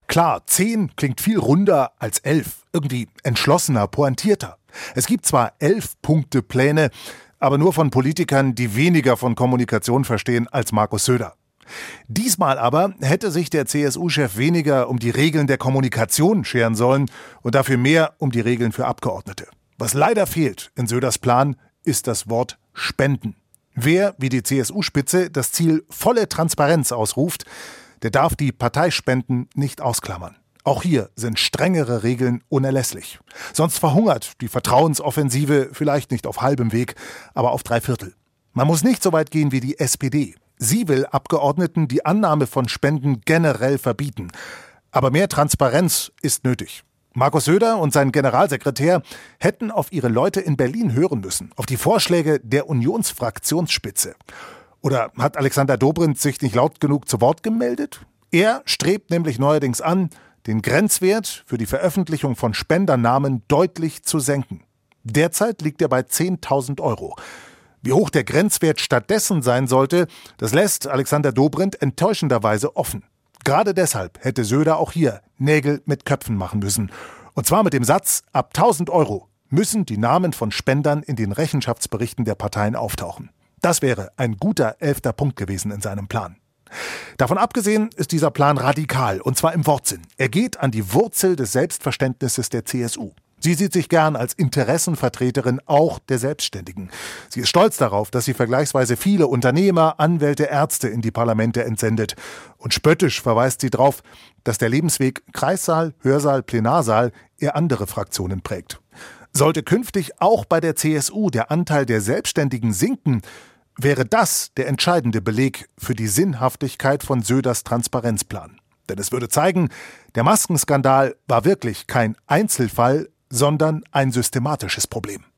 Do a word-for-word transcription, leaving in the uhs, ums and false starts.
Klar, zehn klingt viel runder als elf, irgendwie entschlossener, pointierter. Es gibt zwar elf-Punkte-Pläne, aber nur von Politikern, die weniger von Kommunikation verstehen als Markus Söder. Diesmal aber hätte sich der C S U-Chef weniger um die Regeln der Kommunikation scheren sollen und dafür mehr um die Regeln für Abgeordnete. Was leider fehlt in Söders Plan, ist das Wort Spenden. Wer, wie die C S U-Spitze, das Ziel volle Transparenz ausruft, der darf die Parteispenden nicht ausklammern. Auch hier sind strengere Regeln unerlässlich. Sonst verhungert die Vertrauensoffensive vielleicht nicht auf halbem Weg, aber auf drei Viertel. Man muss nicht so weit gehen wie die S P D. Sie will Abgeordneten die Annahme von Spenden generell verbieten. Aber mehr Transparenz ist nötig. Markus Söder und sein Generalsekretär hätten auf ihre Leute in Berlin hören müssen, auf die Vorschläge der Unionsfraktionsspitze. Oder hat Alexander Dobrindt sich nicht laut genug zu Wort gemeldet? Er strebt nämlich neuerdings an, den Grenzwert für die Veröffentlichung von Spendernamen deutlich zu senken. Derzeit liegt er bei zehntausend Euro. Wie hoch der Grenzwert stattdessen sein sollte, das lässt Alexander Dobrindt enttäuschenderweise offen. Gerade deshalb hätte Söder auch hier Nägel mit Köpfen machen müssen. Und zwar mit dem Satz, ab tausend Euro müssen die Namen von Spendern in den Rechenschaftsberichten der Parteien auftauchen. Das wäre ein guter elfter Punkt gewesen in seinem Plan. Davon abgesehen ist dieser Plan radikal, und zwar im Wortsinn. Er geht an die Wurzel des Selbstverständnisses der C S U. Sie sieht sich gern als Interessenvertreterin auch der Selbstständigen. Sie ist stolz darauf, dass sie vergleichsweise viele Unternehmer, Anwälte, Ärzte in die Parlamente entsendet. Und spöttisch verweist sie darauf, dass der Lebensweg Kreissaal, Hörsaal, Plenarsaal eher andere Fraktionen prägt. Sollte künftig auch bei der C S U der Anteil der Selbstständigen sinken, wäre das der entscheidende Beleg für die Sinnhaftigkeit von Söders Transparenzplan. Denn es würde zeigen, der Maskenskandal war wirklich kein Einzelfall, sondern ein systematisches Problem.